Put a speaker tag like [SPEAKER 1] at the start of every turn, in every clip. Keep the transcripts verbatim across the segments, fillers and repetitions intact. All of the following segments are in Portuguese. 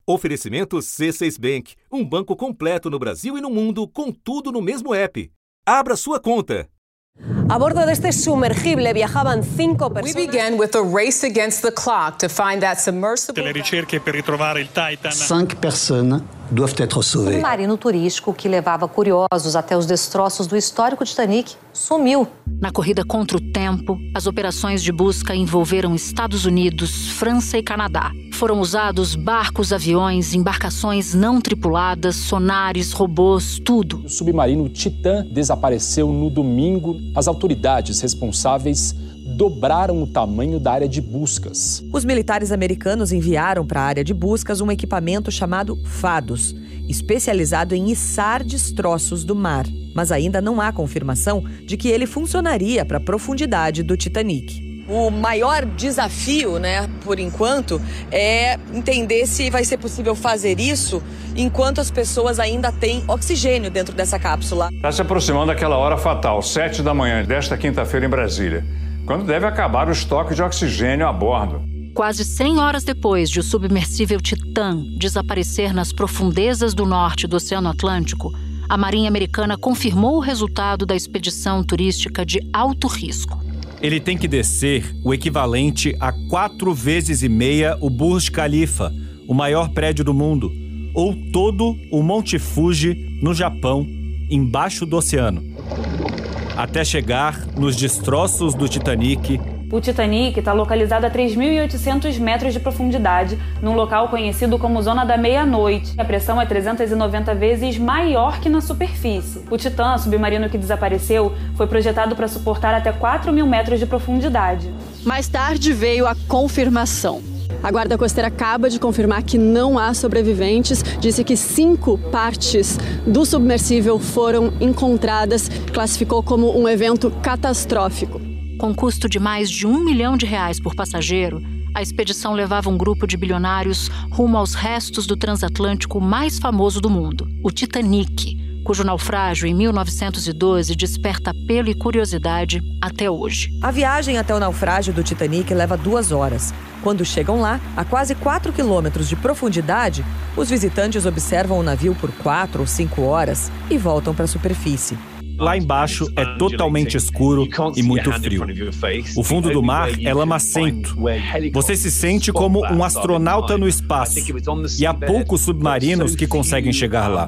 [SPEAKER 1] Oferecimento C seis Bank, um banco completo no Brasil e no mundo, com tudo no mesmo app. Abra sua conta.
[SPEAKER 2] A bordo deste sumergible viajaban cinco personas.
[SPEAKER 3] We began with a race against the clock to find that submersible.
[SPEAKER 4] Le ricerche per ritrovare il Titan.
[SPEAKER 5] Cinq personnes doivent être sauvées.
[SPEAKER 2] Um submarino turístico que levava curiosos até os destroços do histórico Titanic sumiu.
[SPEAKER 6] Na corrida contra o tempo, as operações de busca envolveram Estados Unidos, França e Canadá. Foram usados barcos, aviões, embarcações não tripuladas, sonares, robôs, tudo.
[SPEAKER 7] O submarino Titã desapareceu no domingo. As autoridades responsáveis dobraram o tamanho da área de buscas.
[SPEAKER 8] Os militares americanos enviaram para a área de buscas um equipamento chamado FADOS, especializado em içar destroços do mar. Mas ainda não há confirmação de que ele funcionaria para a profundidade do Titanic.
[SPEAKER 9] O maior desafio, né, por enquanto, é entender se vai ser possível fazer isso enquanto as pessoas ainda têm oxigênio dentro dessa cápsula.
[SPEAKER 10] Está se aproximando daquela hora fatal, sete da manhã desta quinta-feira em Brasília, quando deve acabar o estoque de oxigênio a bordo.
[SPEAKER 6] Quase cem horas depois de o submersível Titã desaparecer nas profundezas do norte do Oceano Atlântico, a Marinha Americana confirmou o resultado da expedição turística de alto risco.
[SPEAKER 11] Ele tem que descer o equivalente a quatro vezes e meia o Burj Khalifa, o maior prédio do mundo, ou todo o Monte Fuji, no Japão, embaixo do oceano, até chegar nos destroços do Titanic.
[SPEAKER 12] O Titanic está localizado a três mil e oitocentos metros de profundidade, num local conhecido como Zona da Meia-Noite. A pressão é trezentas e noventa vezes maior que na superfície. O Titã, submarino que desapareceu, foi projetado para suportar até quatro mil metros de profundidade.
[SPEAKER 13] Mais tarde veio a confirmação. A Guarda Costeira acaba de confirmar que não há sobreviventes, disse que cinco partes do submersível foram encontradas, classificou como um evento catastrófico.
[SPEAKER 6] Com custo de mais de um milhão de reais por passageiro, a expedição levava um grupo de bilionários rumo aos restos do transatlântico mais famoso do mundo, o Titanic, cujo naufrágio em mil novecentos e doze desperta apelo e curiosidade até hoje.
[SPEAKER 8] A viagem até o naufrágio do Titanic leva duas horas. Quando chegam lá, a quase quatro quilômetros de profundidade, os visitantes observam o navio por quatro ou cinco horas e voltam para a superfície.
[SPEAKER 11] Lá embaixo é totalmente escuro e muito frio. O fundo do mar é lamacento. Você se sente como um astronauta no espaço. E há poucos submarinos que conseguem chegar lá.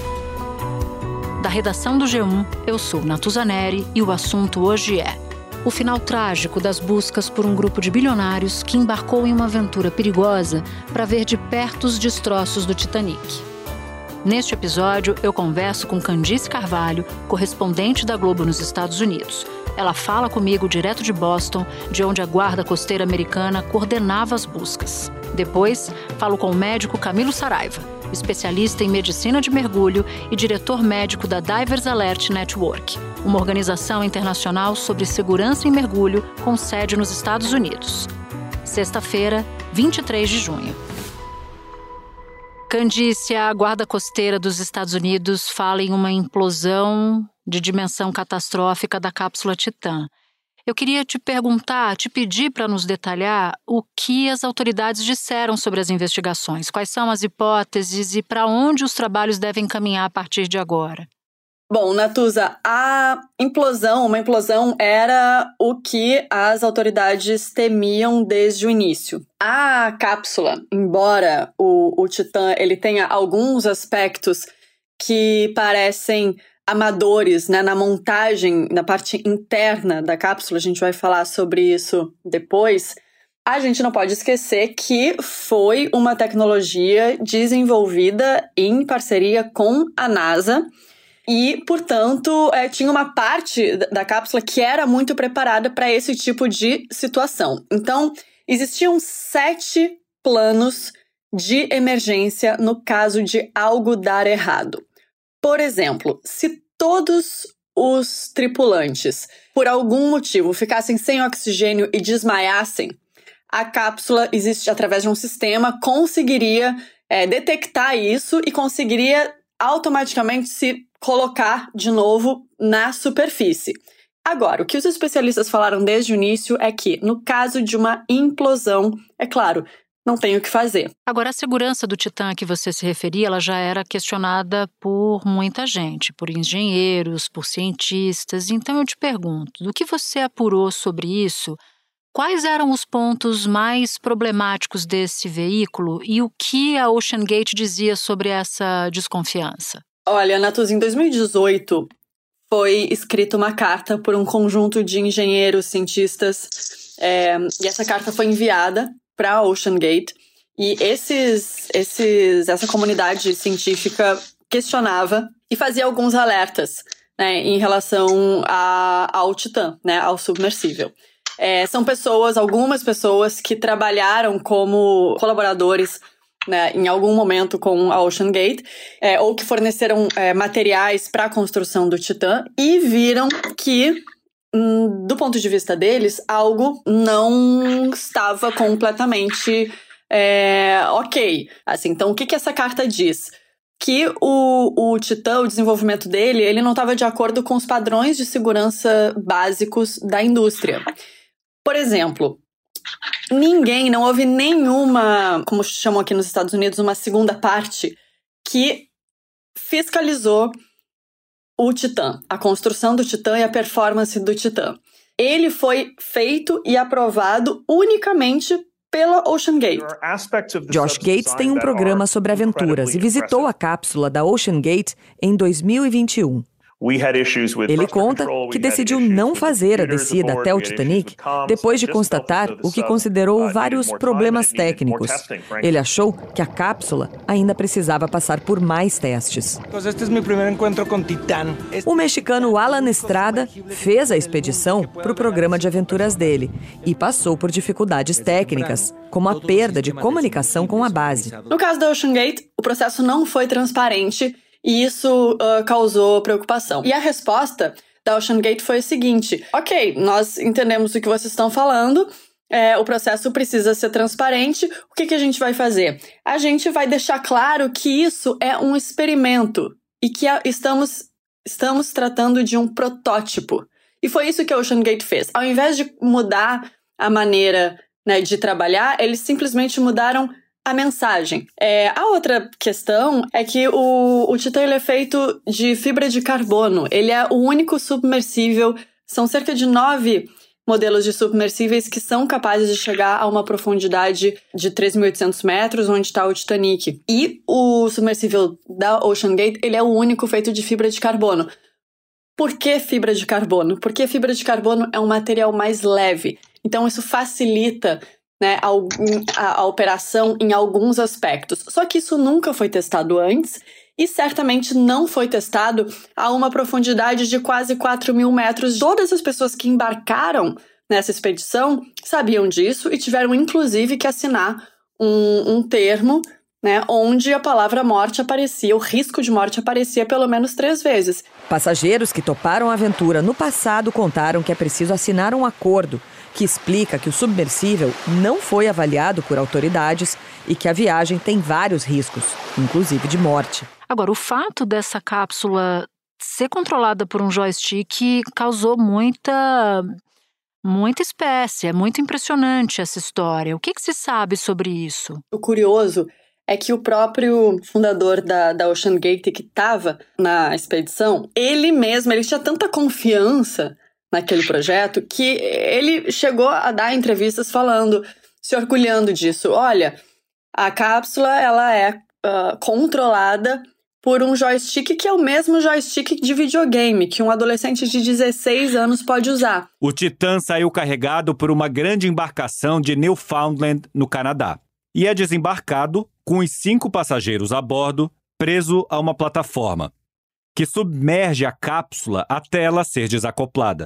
[SPEAKER 6] Da redação do G um, eu sou Natuza Neri e o assunto hoje é o final trágico das buscas por um grupo de bilionários que embarcou em uma aventura perigosa para ver de perto os destroços do Titanic. Neste episódio, eu converso com Candice Carvalho, correspondente da Globo nos Estados Unidos. Ela fala comigo direto de Boston, de onde a Guarda Costeira Americana coordenava as buscas. Depois, falo com o médico Camilo Saraiva, especialista em medicina de mergulho e diretor médico da Divers Alert Network, uma organização internacional sobre segurança em mergulho com sede nos Estados Unidos. Sexta-feira, vinte e três de junho. Candice, a Guarda Costeira dos Estados Unidos fala em uma implosão de dimensão catastrófica da cápsula Titã. Eu queria te perguntar, te pedir para nos detalhar o que as autoridades disseram sobre as investigações, quais são as hipóteses e para onde os trabalhos devem caminhar a partir de agora.
[SPEAKER 14] Bom, Natuza, a implosão, uma implosão era o que as autoridades temiam desde o início. A cápsula, embora o, o Titã ele tenha alguns aspectos que parecem amadores, né, na montagem, na parte interna da cápsula, a gente vai falar sobre isso depois, a gente não pode esquecer que foi uma tecnologia desenvolvida em parceria com a NASA, e, portanto, é, tinha uma parte da cápsula que era muito preparada para esse tipo de situação. Então, existiam sete planos de emergência no caso de algo dar errado. Por exemplo, se todos os tripulantes, por algum motivo, ficassem sem oxigênio e desmaiassem, a cápsula, existe através de um sistema, conseguiria é, detectar isso e conseguiria automaticamente se colocar de novo na superfície. Agora, o que os especialistas falaram desde o início é que, no caso de uma implosão, é claro, não tem o que fazer.
[SPEAKER 6] Agora, a segurança do Titã que você se referia, ela já era questionada por muita gente, por engenheiros, por cientistas. Então eu te pergunto, do que você apurou sobre isso, quais eram os pontos mais problemáticos desse veículo e o que a OceanGate dizia sobre essa desconfiança?
[SPEAKER 14] Olha, Natuz, em dois mil e dezoito foi escrita uma carta por um conjunto de engenheiros, cientistas, é, e essa carta foi enviada para a OceanGate, e esses, esses, essa comunidade científica questionava e fazia alguns alertas, né, em relação a, ao Titã, né, ao submersível. É, são pessoas, algumas pessoas que trabalharam como colaboradores, né, em algum momento com a OceanGate, é, ou que forneceram é, materiais para a construção do Titã e viram que, hum, do ponto de vista deles, algo não estava completamente é, ok. Assim, então, o que, que essa carta diz? Que o, o Titã, o desenvolvimento dele, ele não estava de acordo com os padrões de segurança básicos da indústria. Por exemplo, ninguém, não houve nenhuma, como chamam aqui nos Estados Unidos, uma segunda parte que fiscalizou o Titã, a construção do Titã e a performance do Titã. Ele foi feito e aprovado unicamente pela OceanGate.
[SPEAKER 8] Josh Gates tem um programa sobre aventuras e visitou a cápsula da OceanGate em dois mil e vinte e um. Ele conta que decidiu não fazer a descida até o Titanic depois de constatar o que considerou vários problemas técnicos. Ele achou que a cápsula ainda precisava passar por mais testes. O mexicano Alan Estrada fez a expedição para o programa de aventuras dele e passou por dificuldades técnicas, como a perda de comunicação com a base.
[SPEAKER 14] No caso da OceanGate, o processo não foi transparente e isso uh, causou preocupação. E a resposta da OceanGate foi a seguinte: ok, nós entendemos o que vocês estão falando, é, o processo precisa ser transparente, o que, que a gente vai fazer? A gente vai deixar claro que isso é um experimento e que a, estamos, estamos tratando de um protótipo. E foi isso que a OceanGate fez. Ao invés de mudar a maneira, né, de trabalhar, eles simplesmente mudaram a mensagem. É, a outra questão é que o, o Titã ele é feito de fibra de carbono. Ele é o único submersível. São cerca de nove modelos de submersíveis que são capazes de chegar a uma profundidade de três mil e oitocentos metros, onde está o Titanic. E o submersível da OceanGate, ele é o único feito de fibra de carbono. Por que fibra de carbono? Porque fibra de carbono é um material mais leve. Então isso facilita, né, a, a, a operação em alguns aspectos. Só que isso nunca foi testado antes e certamente não foi testado a uma profundidade de quase quatro mil metros. Todas as pessoas que embarcaram nessa expedição sabiam disso e tiveram inclusive que assinar um, um termo, né, onde a palavra morte aparecia, o risco de morte aparecia pelo menos três vezes.
[SPEAKER 8] Passageiros que toparam a aventura no passado contaram que é preciso assinar um acordo que explica que o submersível não foi avaliado por autoridades e que a viagem tem vários riscos, inclusive de morte.
[SPEAKER 6] Agora, o fato dessa cápsula ser controlada por um joystick causou muita, muita espécie. É muito impressionante essa história. O que, que se sabe sobre isso?
[SPEAKER 14] O curioso é que o próprio fundador da, da OceanGate, que estava na expedição, ele mesmo, ele tinha tanta confiança naquele projeto, que ele chegou a dar entrevistas falando, se orgulhando disso. Olha, a cápsula ela é uh, controlada por um joystick que é o mesmo joystick de videogame que um adolescente de dezesseis anos pode usar.
[SPEAKER 11] O Titã saiu carregado por uma grande embarcação de Newfoundland, no Canadá, e é desembarcado com os cinco passageiros a bordo, preso a uma plataforma que submerge a cápsula até ela ser desacoplada.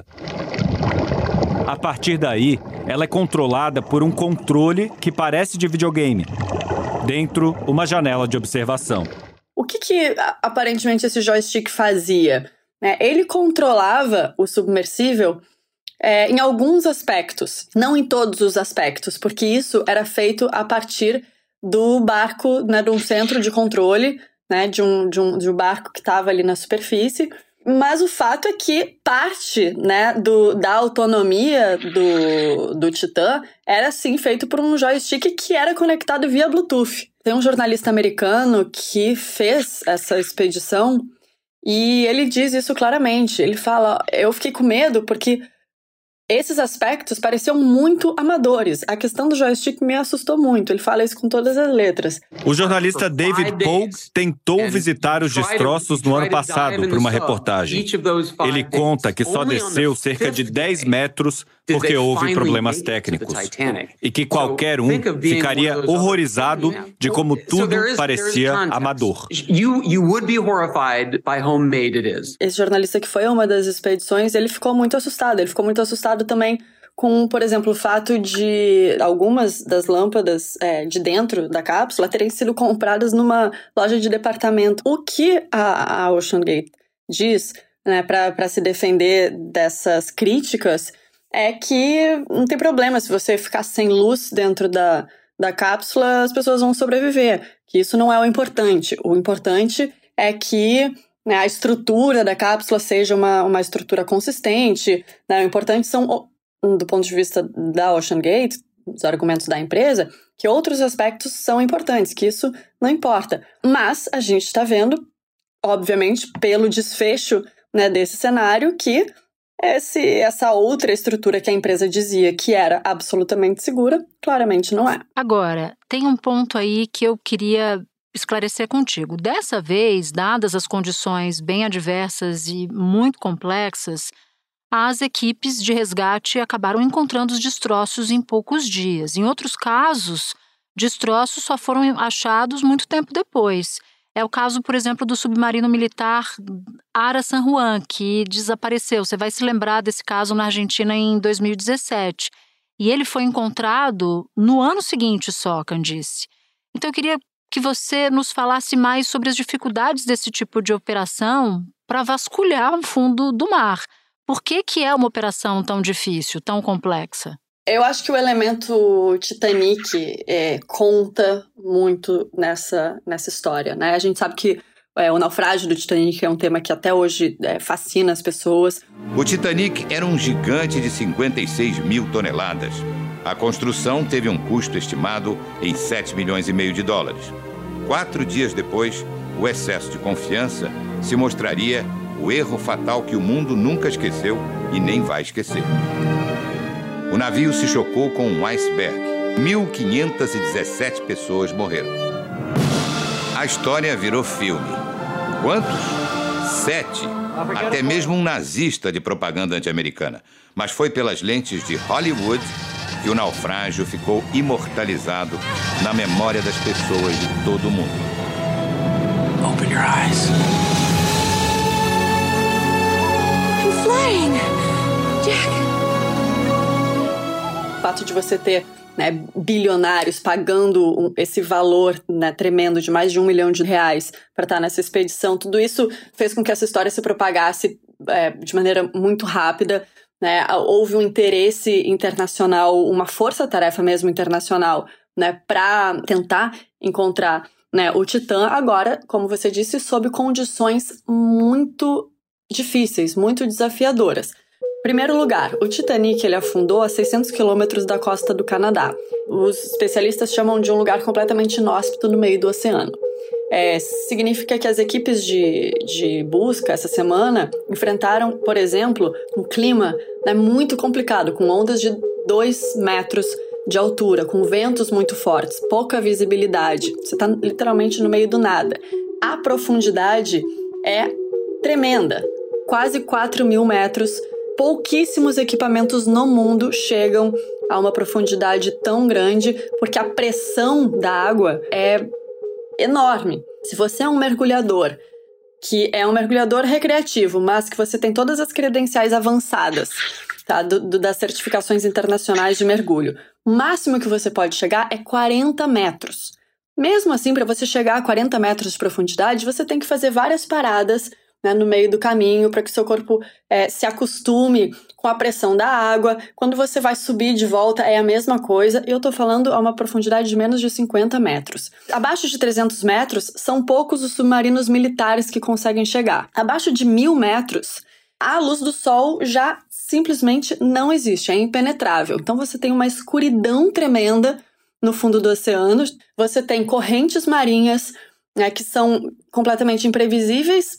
[SPEAKER 11] A partir daí, ela é controlada por um controle que parece de videogame, dentro uma janela de observação.
[SPEAKER 14] O que, que aparentemente esse joystick fazia? Ele controlava o submersível é, em alguns aspectos, não em todos os aspectos, porque isso era feito a partir do barco, né, de um centro de controle, né, de, um, de, um, de um barco que estava ali na superfície, Mas o fato é que parte, né, do, da autonomia do, do Titã era, sim, feito por um joystick que era conectado via Bluetooth. Tem um jornalista americano que fez essa expedição e ele diz isso claramente. Ele fala, eu fiquei com medo porque esses aspectos pareciam muito amadores. A questão do joystick me assustou muito. Ele fala isso com todas as letras.
[SPEAKER 11] O jornalista David Pogue tentou visitar os destroços no ano passado para uma reportagem. Ele conta que só desceu cerca de dez metros porque houve problemas técnicos. E que qualquer um ficaria horrorizado de como tudo parecia amador.
[SPEAKER 14] Esse jornalista que foi a uma das expedições, ele ficou muito assustado. Ele ficou muito assustado também com, por exemplo, o fato de algumas das lâmpadas é, de dentro da cápsula terem sido compradas numa loja de departamento. O que a, a OceanGate diz, né, para se defender dessas críticas é que não tem problema se você ficar sem luz dentro da, da cápsula, as pessoas vão sobreviver, que isso não é o importante. O importante é que, né, a estrutura da cápsula seja uma, uma estrutura consistente, né? O importante são, do ponto de vista da OceanGate, os argumentos da empresa, que outros aspectos são importantes, que isso não importa. Mas a gente está vendo, obviamente, pelo desfecho, né, desse cenário, que esse, essa outra estrutura que a empresa dizia que era absolutamente segura, claramente não é.
[SPEAKER 6] Agora, tem um ponto aí que eu queria esclarecer contigo. Dessa vez, dadas as condições bem adversas e muito complexas, as equipes de resgate acabaram encontrando os destroços em poucos dias. Em outros casos, destroços só foram achados muito tempo depois. É o caso, por exemplo, do submarino militar Ara San Juan, que desapareceu. Você vai se lembrar desse caso na Argentina em dois mil e dezessete. E ele foi encontrado no ano seguinte só, Candice. Então eu queria que você nos falasse mais sobre as dificuldades desse tipo de operação para vasculhar o fundo do mar. Por que que é uma operação tão difícil, tão complexa?
[SPEAKER 14] Eu acho que o elemento Titanic é, conta muito nessa, nessa história, né? A gente sabe que é, o naufrágio do Titanic é um tema que até hoje é, fascina as pessoas.
[SPEAKER 15] O Titanic era um gigante de cinquenta e seis mil toneladas. A construção teve um custo estimado em sete milhões e meio de dólares. Quatro dias depois, o excesso de confiança se mostraria o erro fatal que o mundo nunca esqueceu e nem vai esquecer. O navio se chocou com um iceberg. mil quinhentas e dezessete pessoas morreram. A história virou filme. Quantos? Sete. Até mesmo um nazista de propaganda anti-americana. Mas foi pelas lentes de Hollywood que o naufrágio ficou imortalizado na memória das pessoas de todo o mundo.
[SPEAKER 16] Open your eyes.
[SPEAKER 14] I'm flying! Jack! O fato de você ter, né, bilionários pagando um, esse valor, né, tremendo de mais de um milhão de reais para estar nessa expedição, tudo isso fez com que essa história se propagasse é, de maneira muito rápida, né? Houve um interesse internacional, uma força-tarefa mesmo internacional, né, para tentar encontrar, né, o Titã, agora, como você disse, sob condições muito difíceis, muito desafiadoras. Primeiro lugar, o Titanic ele afundou a seiscentos quilômetros da costa do Canadá. Os especialistas chamam de um lugar completamente inóspito no meio do oceano. É, significa que as equipes de, de busca essa semana enfrentaram, por exemplo, um clima, né, muito complicado, com ondas de dois metros de altura, com ventos muito fortes, pouca visibilidade. Você está literalmente no meio do nada. A profundidade é tremenda, quase quatro mil metros. Pouquíssimos equipamentos no mundo chegam a uma profundidade tão grande, porque a pressão da água é enorme. Se você é um mergulhador, que é um mergulhador recreativo, mas que você tem todas as credenciais avançadas, tá, do, do, das certificações internacionais de mergulho, o máximo que você pode chegar é quarenta metros. Mesmo assim, para você chegar a quarenta metros de profundidade, você tem que fazer várias paradas, né, no meio do caminho, para que seu corpo é, se acostume com com a pressão da água. Quando você vai subir de volta é a mesma coisa, e eu tô falando a uma profundidade de menos de cinquenta metros. Abaixo de trezentos metros, são poucos os submarinos militares que conseguem chegar. Abaixo de mil metros, a luz do sol já simplesmente não existe, é impenetrável. Então você tem uma escuridão tremenda no fundo do oceano, você tem correntes marinhas, né, que são completamente imprevisíveis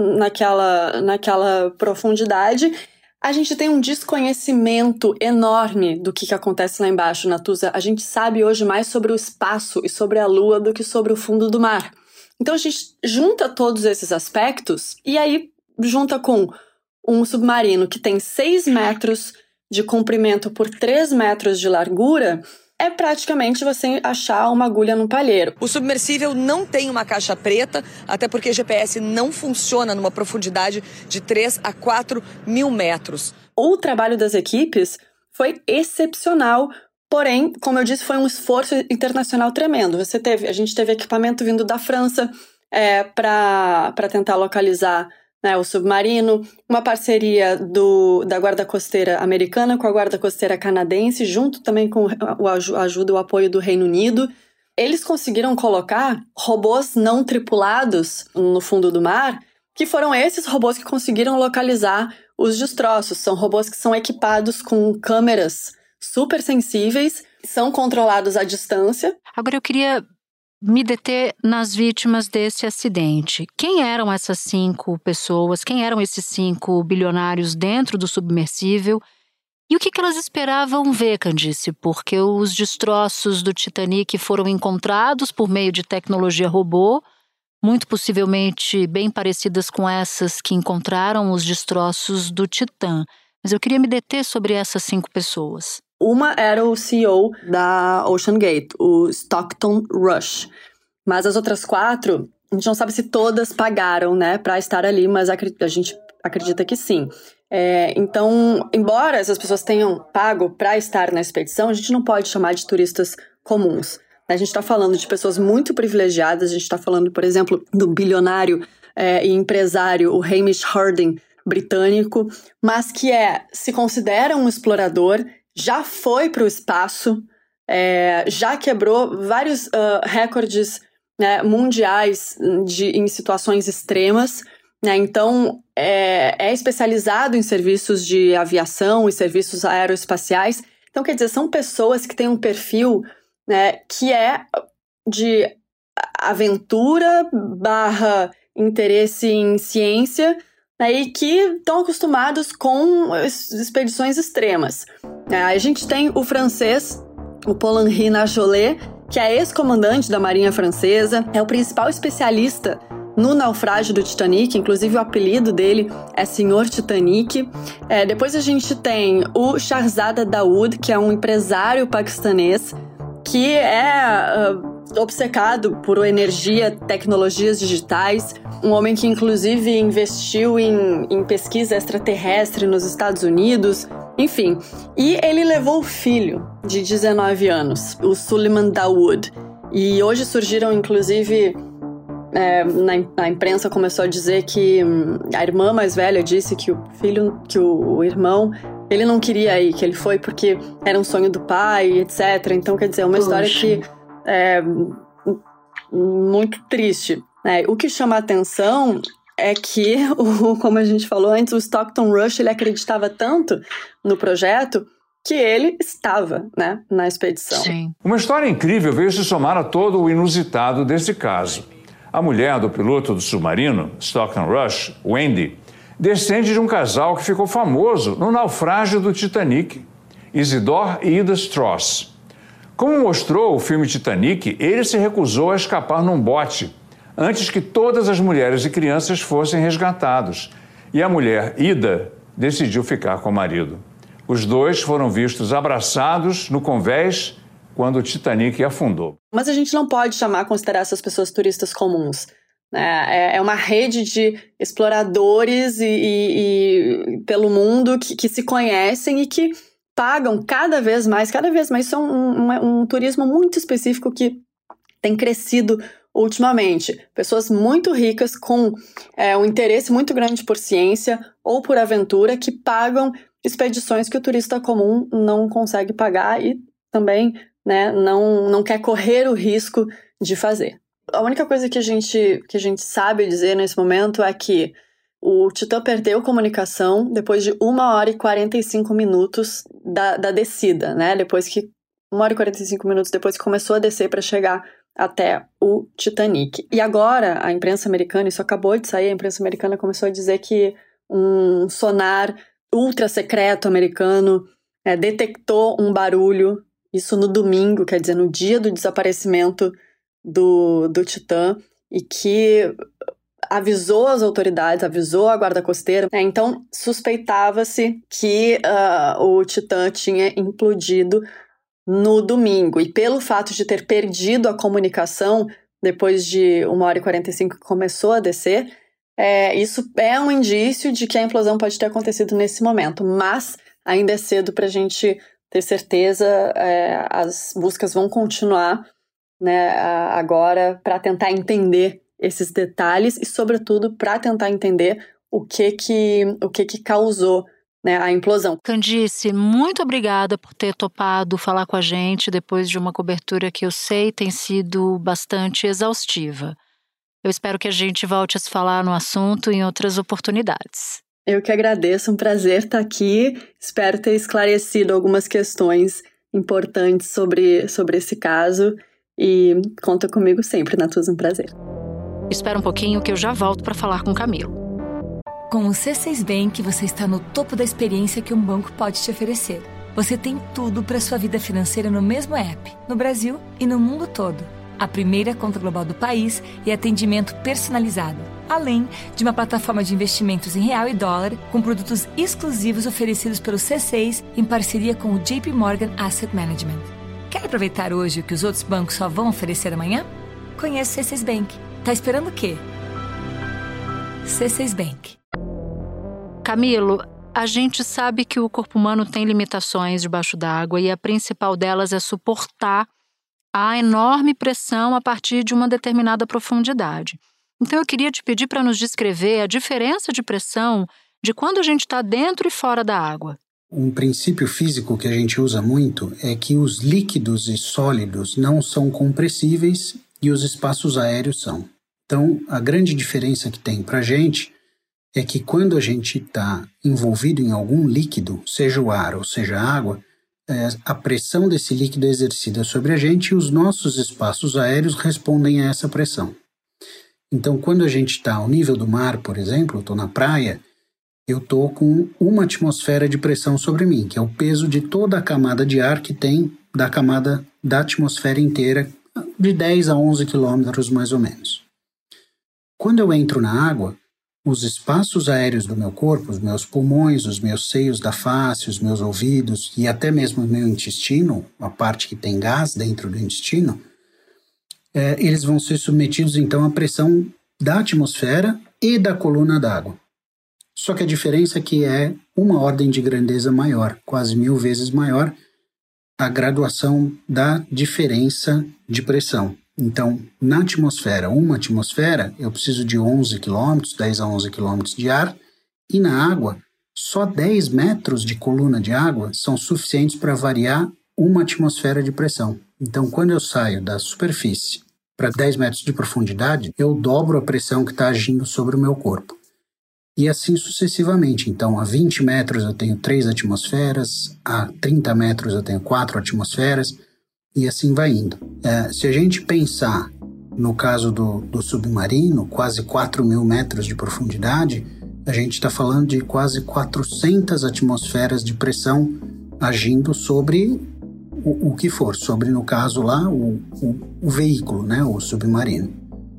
[SPEAKER 14] naquela, naquela profundidade. A gente tem um desconhecimento enorme do que, que acontece lá embaixo, Natuza. A gente sabe hoje mais sobre o espaço e sobre a Lua do que sobre o fundo do mar. Então a gente junta todos esses aspectos e aí junta com um submarino que tem seis metros de comprimento por três metros de largura, é praticamente você achar uma agulha num palheiro.
[SPEAKER 9] O submersível não tem uma caixa preta, até porque G P S não funciona numa profundidade de três a quatro mil metros.
[SPEAKER 14] O trabalho das equipes foi excepcional, porém, como eu disse, foi um esforço internacional tremendo. Você teve, a gente teve equipamento vindo da França é, para para tentar localizar, né, o submarino, uma parceria do, da Guarda Costeira americana com a Guarda Costeira canadense, junto também com a ajuda e o apoio do Reino Unido. Eles conseguiram colocar robôs não tripulados no fundo do mar, que foram esses robôs que conseguiram localizar os destroços. São robôs que são equipados com câmeras super sensíveis, são controlados à distância.
[SPEAKER 6] Agora eu queria me deter nas vítimas desse acidente. Quem eram essas cinco pessoas? Quem eram esses cinco bilionários dentro do submersível? E o que, que elas esperavam ver, Candice? Porque os destroços do Titanic foram encontrados por meio de tecnologia robô, muito possivelmente bem parecidas com essas que encontraram os destroços do Titã. Mas eu queria me deter sobre essas cinco pessoas.
[SPEAKER 14] Uma era o C E O da OceanGate, o Stockton Rush. Mas as outras quatro, a gente não sabe se todas pagaram, né, para estar ali, mas a gente acredita que sim. É, então, embora essas pessoas tenham pago para estar na expedição, a gente não pode chamar de turistas comuns. A gente está falando de pessoas muito privilegiadas, a gente está falando, por exemplo, do bilionário é, e empresário, o Hamish Harding, britânico, mas que é, se considera um explorador, já foi para o espaço, é, já quebrou vários uh, recordes, né, mundiais de, em situações extremas, né, então é, é especializado em serviços de aviação e serviços aeroespaciais. Então, quer dizer, são pessoas que têm um perfil, né, que é de aventura barra interesse em ciência, né, e que estão acostumados com expedições extremas. A gente tem o francês, o Paul-Henri Narjolet, que é ex-comandante da Marinha Francesa, é o principal especialista no naufrágio do Titanic, inclusive o apelido dele é Senhor Titanic. É, depois a gente tem o Shahzada Dawood, que é um empresário paquistanês, que é uh, obcecado por energia, tecnologias digitais, um homem que inclusive investiu em, em pesquisa extraterrestre nos Estados Unidos, enfim. E ele levou o filho de dezenove anos, o Suleiman Dawood, e hoje surgiram inclusive, é, na, na imprensa começou a dizer que hum, a irmã mais velha disse que o filho, que o, o irmão, ele não queria ir, que ele foi porque era um sonho do pai, etcétera. Então, quer dizer, é uma Poxa. história que é muito triste, né? O que chama a atenção é que, o, como a gente falou antes, o Stockton Rush, ele acreditava tanto no projeto que ele estava, né, na expedição.
[SPEAKER 6] Sim.
[SPEAKER 10] Uma história incrível veio se somar a todo o inusitado desse caso. A mulher do piloto do submarino, Stockton Rush, Wendy, descende de um casal que ficou famoso no naufrágio do Titanic, Isidore e Ida Strauss. Como mostrou o filme Titanic, ele se recusou a escapar num bote antes que todas as mulheres e crianças fossem resgatados. E a mulher, Ida, decidiu ficar com o marido. Os dois foram vistos abraçados no convés quando o Titanic afundou.
[SPEAKER 14] Mas a gente não pode chamar, considerar essas pessoas turistas comuns. É uma rede de exploradores e, e, e pelo mundo que, que se conhecem e que pagam cada vez mais, cada vez mais. Isso é um, um, um turismo muito específico que tem crescido ultimamente. Pessoas muito ricas com é, um interesse muito grande por ciência ou por aventura que pagam expedições que o turista comum não consegue pagar e também, né, não, não quer correr o risco de fazer. A única coisa que a gente, que a gente sabe dizer nesse momento é que o Titã perdeu comunicação depois de uma hora e quarenta e cinco minutos da, da descida, né? Depois que, uma hora e quarenta e cinco minutos depois que começou a descer para chegar até o Titanic. E agora, a imprensa americana, isso acabou de sair, a imprensa americana começou a dizer que um sonar ultra secreto americano é, detectou um barulho, isso no domingo, quer dizer, no dia do desaparecimento do, do Titã, e que avisou as autoridades, avisou a guarda costeira, né? Então suspeitava-se que uh, o Titã tinha implodido no domingo, e pelo fato de ter perdido a comunicação depois de uma hora e quarenta e cinco que começou a descer, é, isso é um indício de que a implosão pode ter acontecido nesse momento, mas ainda é cedo para a gente ter certeza. É, as buscas vão continuar, né, agora para tentar entender esses detalhes e, sobretudo, para tentar entender o que que, o que, que causou, né, a implosão.
[SPEAKER 6] Candice, muito obrigada por ter topado falar com a gente depois de uma cobertura que eu sei tem sido bastante exaustiva. Eu espero que a gente volte a se falar no assunto em outras oportunidades.
[SPEAKER 14] Eu que agradeço, um prazer estar aqui. Espero ter esclarecido algumas questões importantes sobre, sobre esse caso e conta comigo sempre, Natuza, um prazer.
[SPEAKER 6] Espera um pouquinho que eu já volto para falar com o Camilo.
[SPEAKER 17] Com o C seis Bank, você está no topo da experiência que um banco pode te oferecer. Você tem tudo para sua vida financeira no mesmo app, no Brasil e no mundo todo. A primeira conta global do país e atendimento personalizado. Além de uma plataforma de investimentos em real e dólar, com produtos exclusivos oferecidos pelo C seis em parceria com o J P Morgan Asset Management. Quer aproveitar hoje o que os outros bancos só vão oferecer amanhã? Conheça o C seis Bank. Tá esperando o quê? C seis Bank.
[SPEAKER 6] Camilo, a gente sabe que o corpo humano tem limitações debaixo d'água e a principal delas é suportar a enorme pressão a partir de uma determinada profundidade. Então eu queria te pedir para nos descrever a diferença de pressão de quando a gente está dentro e fora da água.
[SPEAKER 5] Um princípio físico que a gente usa muito é que os líquidos e sólidos não são compressíveis e os espaços aéreos são. Então, a grande diferença que tem para a gente é que quando a gente está envolvido em algum líquido, seja o ar ou seja a água, é, a pressão desse líquido é exercida sobre a gente e os nossos espaços aéreos respondem a essa pressão. Então, quando a gente está ao nível do mar, por exemplo, eu estou na praia, eu estou com uma atmosfera de pressão sobre mim, que é o peso de toda a camada de ar que tem da camada da atmosfera inteira, de dez a onze quilômetros mais ou menos. Quando eu entro na água, os espaços aéreos do meu corpo, os meus pulmões, os meus seios da face, os meus ouvidos e até mesmo o meu intestino, a parte que tem gás dentro do intestino, é, eles vão ser submetidos então à pressão da atmosfera e da coluna d'água. Só que a diferença é que é uma ordem de grandeza maior, quase mil vezes maior, a graduação da diferença de pressão. Então, na atmosfera, uma atmosfera, eu preciso de onze quilômetros, dez a onze quilômetros de ar, e na água, só dez metros de coluna de água são suficientes para variar uma atmosfera de pressão. Então, quando eu saio da superfície para dez metros de profundidade, eu dobro a pressão que está agindo sobre o meu corpo. E assim sucessivamente. Então, a vinte metros eu tenho três atmosferas, a trinta metros eu tenho quatro atmosferas, e assim vai indo. É, se a gente pensar no caso do, do submarino, quase quatro mil metros de profundidade, a gente está falando de quase quatrocentas atmosferas de pressão agindo sobre o, o que for, sobre, no caso lá, o, o, o veículo, né, o submarino.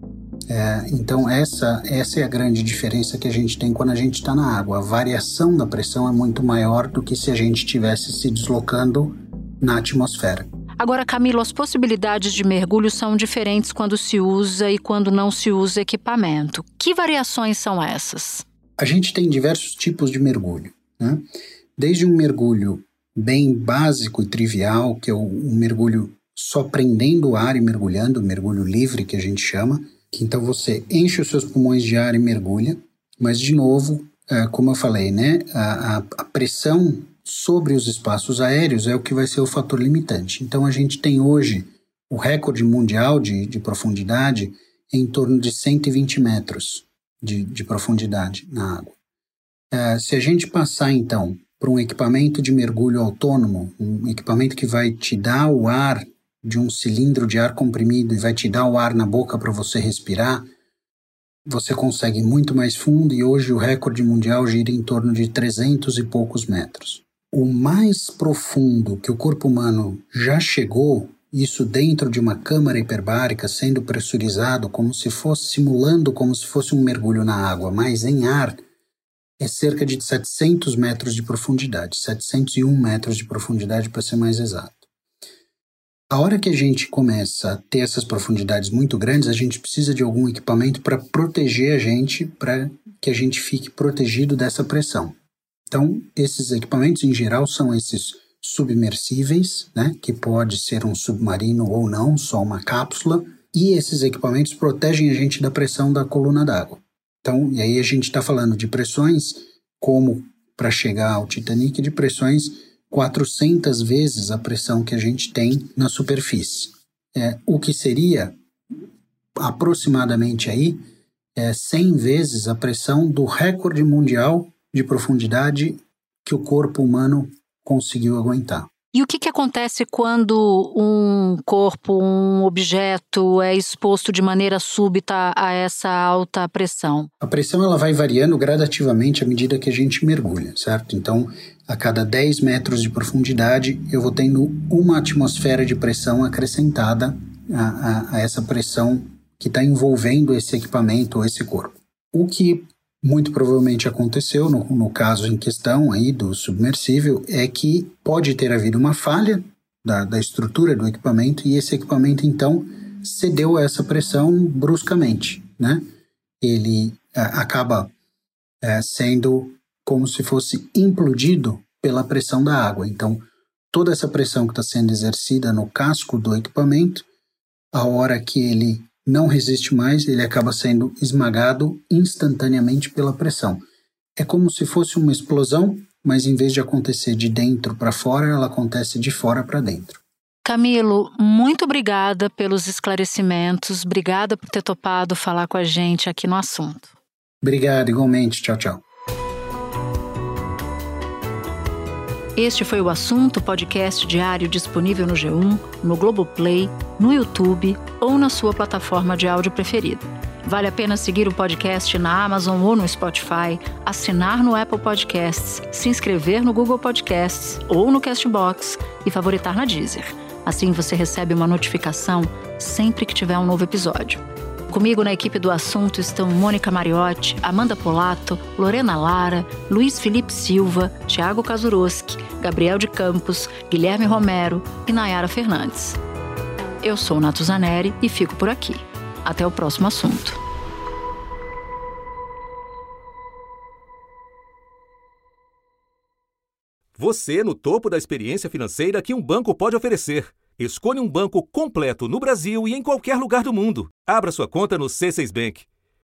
[SPEAKER 5] É, então essa, essa é a grande diferença que a gente tem quando a gente está na água. A variação da pressão é muito maior do que se a gente estivesse se deslocando na atmosfera.
[SPEAKER 6] Agora, Camilo, as possibilidades de mergulho são diferentes quando se usa e quando não se usa equipamento. Que variações são essas?
[SPEAKER 5] A gente tem diversos tipos de mergulho, né? Desde um mergulho bem básico e trivial, que é um mergulho só prendendo o ar e mergulhando, o mergulho livre que a gente chama, que então você enche os seus pulmões de ar e mergulha, mas de novo como eu falei, né, a, a, a pressão sobre os espaços aéreos é o que vai ser o fator limitante. Então, a gente tem hoje o recorde mundial de, de profundidade em torno de cento e vinte metros de, de profundidade na água. Uh, se a gente passar, então, para um equipamento de mergulho autônomo, um equipamento que vai te dar o ar de um cilindro de ar comprimido e vai te dar o ar na boca para você respirar, você consegue ir muito mais fundo e hoje o recorde mundial gira em torno de trezentos e poucos metros. O mais profundo que o corpo humano já chegou, isso dentro de uma câmara hiperbárica, sendo pressurizado como se fosse, simulando como se fosse um mergulho na água, mas em ar, é cerca de setecentos metros de profundidade, setecentos e um metros de profundidade para ser mais exato. A hora que a gente começa a ter essas profundidades muito grandes, a gente precisa de algum equipamento para proteger a gente, para que a gente fique protegido dessa pressão. Então, esses equipamentos em geral são esses submersíveis, né, que pode ser um submarino ou não, só uma cápsula, e esses equipamentos protegem a gente da pressão da coluna d'água. Então, e aí a gente está falando de pressões como para chegar ao Titanic, de pressões quatrocentas vezes a pressão que a gente tem na superfície. É, o que seria aproximadamente aí é cem vezes a pressão do recorde mundial de profundidade que o corpo humano conseguiu aguentar.
[SPEAKER 6] E o que, que acontece quando um corpo, um objeto é exposto de maneira súbita a essa alta pressão?
[SPEAKER 5] A pressão ela vai variando gradativamente à medida que a gente mergulha, certo? Então, a cada dez metros de profundidade, eu vou tendo uma atmosfera de pressão acrescentada a, a, a essa pressão que está envolvendo esse equipamento ou esse corpo. O que muito provavelmente aconteceu no, no caso em questão aí do submersível é que pode ter havido uma falha da, da estrutura do equipamento e esse equipamento então cedeu a essa pressão bruscamente, né? Ele a, acaba a, sendo como se fosse implodido pela pressão da água. Então toda essa pressão que está sendo exercida no casco do equipamento, a hora que ele não resiste mais, ele acaba sendo esmagado instantaneamente pela pressão. É como se fosse uma explosão, mas em vez de acontecer de dentro para fora, ela acontece de fora para dentro.
[SPEAKER 6] Camilo, muito obrigada pelos esclarecimentos, obrigada por ter topado falar com a gente aqui no assunto.
[SPEAKER 5] Obrigado, igualmente. Tchau, tchau.
[SPEAKER 6] Este foi o Assunto, podcast diário disponível no G um, no Globoplay, no YouTube ou na sua plataforma de áudio preferida. Vale a pena seguir o podcast na Amazon ou no Spotify, assinar no Apple Podcasts, se inscrever no Google Podcasts ou no Castbox e favoritar na Deezer. Assim você recebe uma notificação sempre que tiver um novo episódio. Comigo na equipe do Assunto estão Mônica Mariotti, Amanda Polato, Lorena Lara, Luiz Felipe Silva, Thiago Kazuroski, Gabriel de Campos, Guilherme Romero e Nayara Fernandes. Eu sou Natuzaneri e fico por aqui. Até o próximo assunto.
[SPEAKER 1] Você no topo da experiência financeira que um banco pode oferecer. Escolha um banco completo no Brasil e em qualquer lugar do mundo. Abra sua conta no C seis Bank.